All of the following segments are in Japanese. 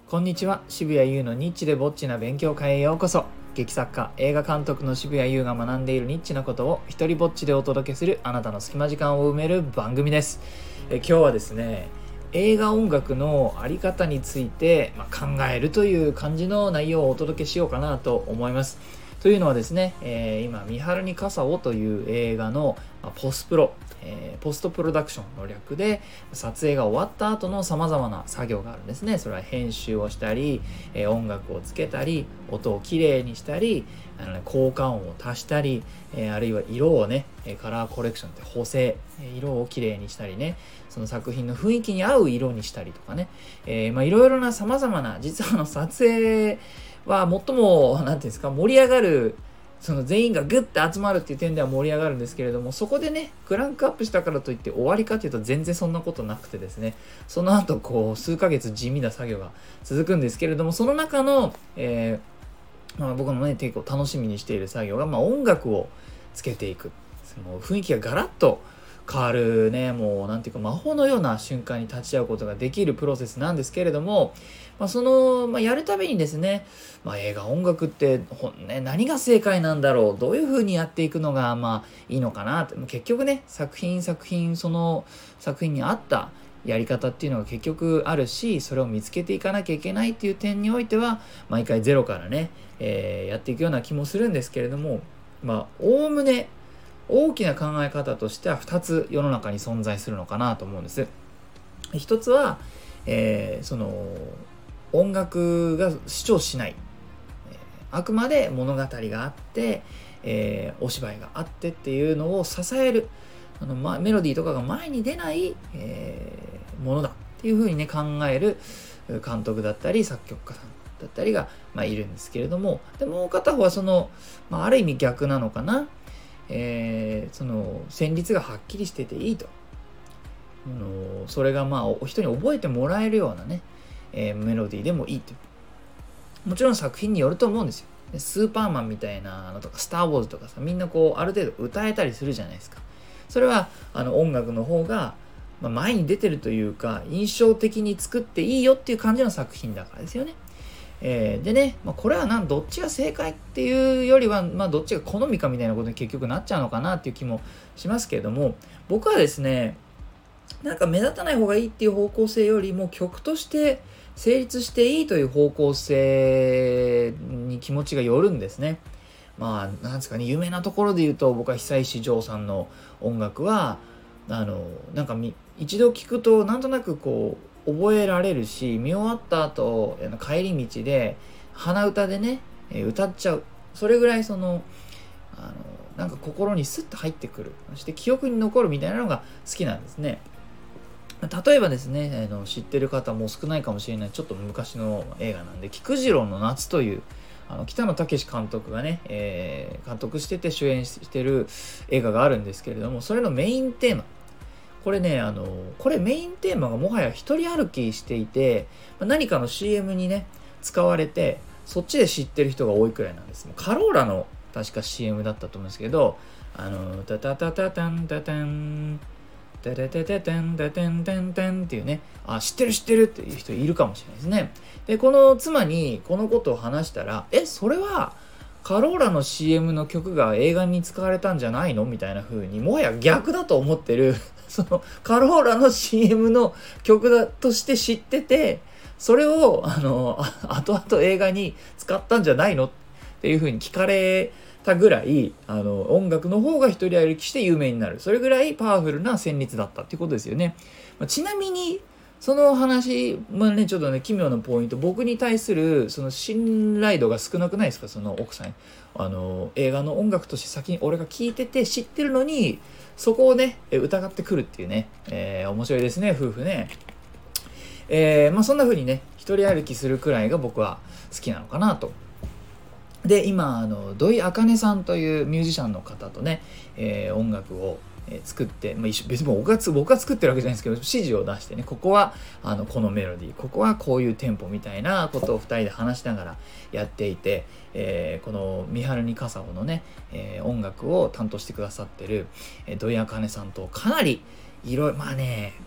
こんにちは。渋谷優のニッチでぼっちな勉強会へようこそ。劇作家、映画監督の渋谷優が学んでいるニッチなことを一人ぼっちでお届けするあなたの隙間時間を埋める番組です。今日はですね、映画音楽のあり方について、考えるという感じの内容をお届けしようかなと思います。というのはですね、今三春に傘をという映画のポストプロダクションの略で撮影が終わった後の様々な作業があるんですね。それは編集をしたり、音楽をつけたり、音をきれいにしたり、効果音を足したり、あるいは色をね、カラーコレクションって補正、色をきれいにしたりね、その作品の雰囲気に合う色にしたりとかね、いろいろな様々な、実は撮影は最も、なんていうんですか、盛り上がる、その全員がグッて集まるっていう点では盛り上がるんですけれども、そこでね、クランクアップしたからといって終わりかというと全然そんなことなくてですね、その後数ヶ月地味な作業が続くんですけれども、その中の、僕のね、結構楽しみにしている作業が、音楽をつけていく。その雰囲気がガラッと変わるね、もうなんていうか魔法のような瞬間に立ち会うことができるプロセスなんですけれども、やるたびにですね、映画音楽って何が正解なんだろう、どういう風にやっていくのがいいのかなって、結局ね、作品その作品に合ったやり方っていうのが結局あるし、それを見つけていかなきゃいけないっていう点においては毎回ゼロからね、やっていくような気もするんですけれども、おおむね大きな考え方としては2つ世の中に存在するのかなと思うんです。一つは、その音楽が主張しない、あくまで物語があって、お芝居があってっていうのを支えるメロディーとかが前に出ない、ものだっていうふうにね考える監督だったり作曲家さんだったりが、いるんですけれども、でもう片方はある意味逆なのかな。その旋律がはっきりしてていいと、それがお人に覚えてもらえるようなね、メロディーでもいいと。もちろん作品によると思うんですよ。スーパーマンみたいなのとかスター・ウォーズとかさ、みんなある程度歌えたりするじゃないですか。それは音楽の方が前に出てるというか、印象的に作っていいよっていう感じの作品だからですよね。でね、これはどっちが正解っていうよりは、どっちが好みかみたいなことに結局なっちゃうのかなっていう気もしますけれども、僕はですね、目立たない方がいいっていう方向性よりも曲として成立していいという方向性に気持ちがよるんですね。なんですかね、有名なところで言うと、僕は久石譲さんの音楽は一度聴くとなんとなく覚えられるし、見終わった後帰り道で鼻歌でね歌っちゃう。それぐらい心にスッと入ってくる、そして記憶に残るみたいなのが好きなんですね。例えばですね、知ってる方も少ないかもしれないちょっと昔の映画なんで、菊次郎の夏という北野武監督がね、監督してて主演してる映画があるんですけれども、それのメインテーマ、これね、これメインテーマがもはや一人歩きしていて、何かの CM にね使われて、そっちで知ってる人が多いくらいなんです。カローラの確か CM だったと思うんですけど、タタタタタンタタンタタタタタンタタンタンタンっていうね、知ってるっていう人いるかもしれないですね。で、この妻にこのことを話したら、それはカローラの CM の曲が映画に使われたんじゃないのみたいな風に、もはや逆だと思ってるそのカローラの CM の曲だとして知ってて、それを後々映画に使ったんじゃないのっていう風に聞かれたぐらい、音楽の方が一人歩きして有名になる、それぐらいパワフルな旋律だったっていうことですよね。ちなみにその話ちょっとね奇妙なポイント、僕に対するその信頼度が少なくないですか。その奥さん、映画の音楽として先に俺が聞いてて知ってるのに、そこをね疑ってくるっていうね、面白いですね、夫婦ね。そんな風にね一人歩きするくらいが僕は好きなのかなと。で、今土井茜さんというミュージシャンの方とね、音楽を作って、別に僕が作ってるわけじゃないですけど、指示を出してね、ここはこのメロディー、ここはこういうテンポみたいなことを2人で話しながらやっていて、この三春に傘をのね、音楽を担当してくださってる土井茜さんとかなりいろいろ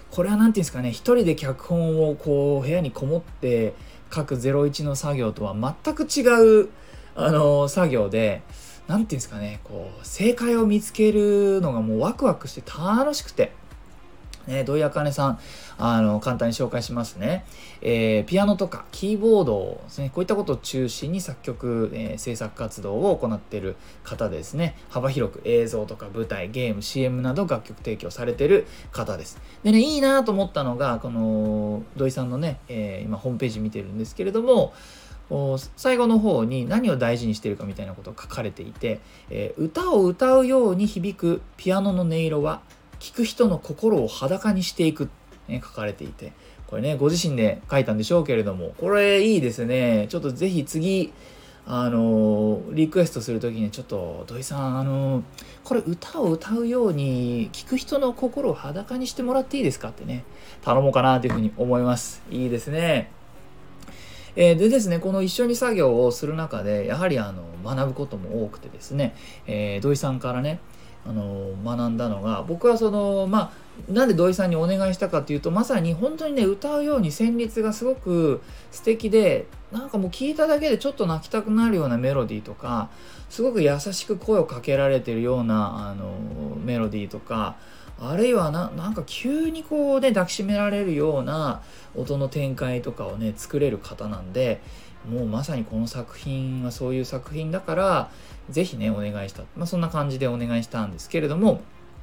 これは何て言うんですかね、一人で脚本をこう部屋にこもって書く01の作業とは全く違う作業で、何て言うんですかね、こう正解を見つけるのがもうワクワクして楽しくて、土井茜さん、簡単に紹介しますね。ピアノとかキーボードですね、こういったことを中心に作曲、制作活動を行っている方ですね。幅広く映像とか舞台、ゲーム、CM など楽曲提供されている方です。でね、いいなと思ったのが、この土井さんのね、今ホームページ見てるんですけれども、最後の方に何を大事にしているかみたいなことが書かれていて、歌を歌うように響くピアノの音色は聴く人の心を裸にしていく、書かれていて、これねご自身で書いたんでしょうけれども、これいいですね。ちょっとぜひ次リクエストするときにちょっと土井さんこれ歌を歌うように聴く人の心を裸にしてもらっていいですかってね頼もうかなというふうに思います。いいですね。でですね、この一緒に作業をする中でやはり学ぶことも多くてですね、土井さんからね学んだのが、僕はなんで土井さんにお願いしたかというと、まさに本当にね歌うように旋律がすごく素敵で、なんかもう聞いただけでちょっと泣きたくなるようなメロディーとか、すごく優しく声をかけられてるようなメロディーとか、あるいはなんか急にこうね抱きしめられるような音の展開とかをね作れる方なんで、もうまさにこの作品はそういう作品だからぜひねお願いした、そんな感じでお願いしたんですけれども、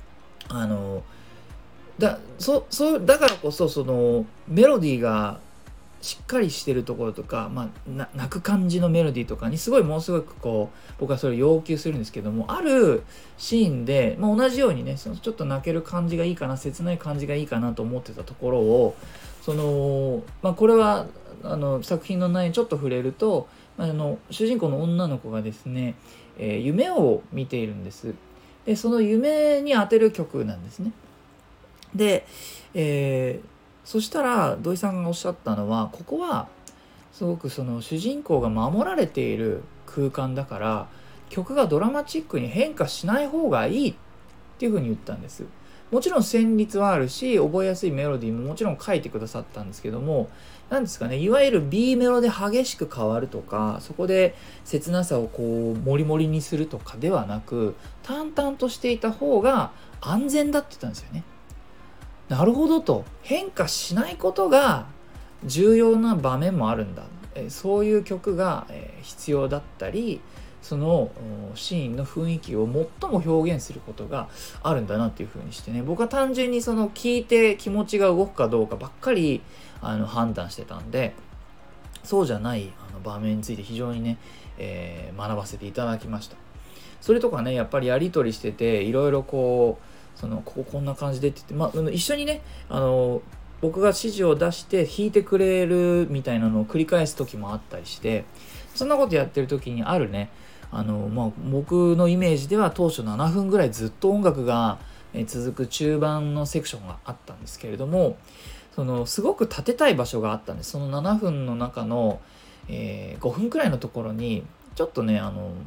だからこそそのメロディーがしっかりしてるところとか、泣く感じのメロディーとかにものすごくこう僕はそれを要求するんですけども、あるシーンで、同じようにねちょっと泣ける感じがいいかな、切ない感じがいいかなと思ってたところを、これは作品の内容にちょっと触れると、主人公の女の子がですね、夢を見ているんです。でその夢に当てる曲なんですね。で、そしたら土井さんがおっしゃったのは、ここはすごくその主人公が守られている空間だから曲がドラマチックに変化しない方がいいっていうふうに言ったんです。もちろん旋律はあるし覚えやすいメロディーももちろん書いてくださったんですけども、なんですかね、いわゆる B メロで激しく変わるとか、そこで切なさをこうモリモリにするとかではなく、淡々としていた方が安全だって言ったんですよね。なるほどと、変化しないことが重要な場面もあるんだ、そういう曲が必要だったり、そのシーンの雰囲気を最も表現することがあるんだなっていう風にしてね、僕は単純にその聞いて気持ちが動くかどうかばっかり判断してたんで、そうじゃない場面について非常にね、学ばせていただきました。それとかね、やっぱりやり取りしてていろいろこうこんな感じでって言って、一緒にね僕が指示を出して弾いてくれるみたいなのを繰り返す時もあったりして、そんなことやってる時にあるね僕のイメージでは当初7分ぐらいずっと音楽が続く中盤のセクションがあったんですけれども、すごく立てたい場所があったんです。その7分の中の、5分くらいのところにちょっとね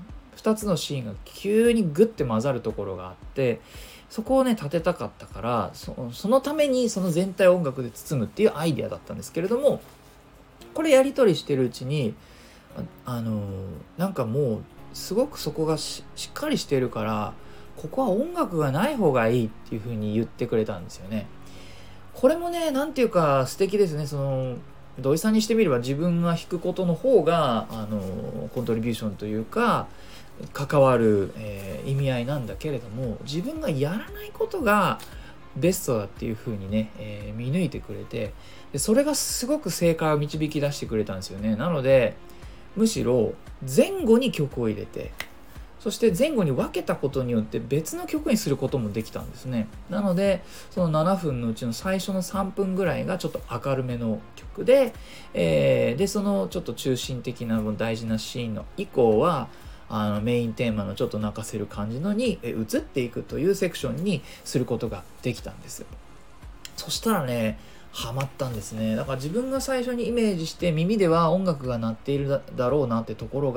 2つのシーンが急にグッて混ざるところがあって、そこをね立てたかったから、そのためにその全体を音楽で包むっていうアイデアだったんですけれども、これやり取りしてるうちになんかもうすごくそこが しっかりしてるから、ここは音楽がない方がいいっていう風に言ってくれたんですよね。これもねなんていうか素敵ですね。土井さんにしてみれば自分が弾くことの方がコントリビューションというか関わる、意味合いなんだけれども、自分がやらないことがベストだっていう風にね、見抜いてくれて、でそれがすごく正解を導き出してくれたんですよね。なのでむしろ前後に曲を入れて、そして前後に分けたことによって別の曲にすることもできたんですね。なのでその7分のうちの最初の3分ぐらいがちょっと明るめの曲で、でそのちょっと中心的な大事なシーンの以降はメインテーマのちょっと泣かせる感じのに移っていくというセクションにすることができたんです。そしたらねハマったんですね。だから自分が最初にイメージして耳では音楽が鳴っているだろうなってところ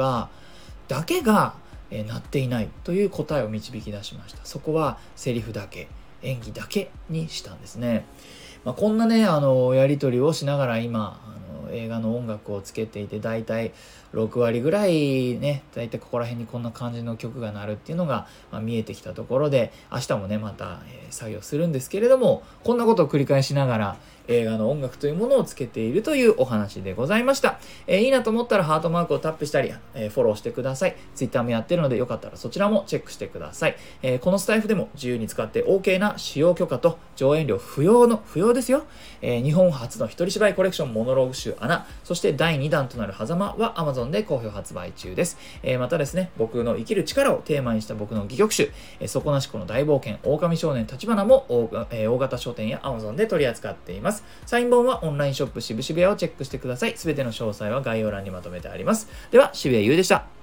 だけが鳴っていないという答えを導き出しました。そこはセリフだけ演技だけにしたんですね。こんなねやり取りをしながら今映画の音楽をつけていて、だいたい6割ぐらいね、だいたいここら辺にこんな感じの曲が鳴るっていうのが、見えてきたところで、明日もねまた、作業するんですけれども、こんなことを繰り返しながら映画の音楽というものをつけているというお話でございました。いいなと思ったらハートマークをタップしたり、フォローしてください。Twitter もやってるのでよかったらそちらもチェックしてください。このスタイフでも自由に使って OK な使用許可と上演料不要ですよ。日本初の一人芝居コレクションモノローグ集穴、そして第2弾となる狭間は Amazon で好評発売中です。またですね、僕の生きる力をテーマにした僕の戯曲集、底なしこの大冒険狼少年立花も大型書店や Amazon で取り扱っています。サイン本はオンラインショップ渋谷をチェックしてください。すべての詳細は概要欄にまとめてあります。では、渋谷優でした。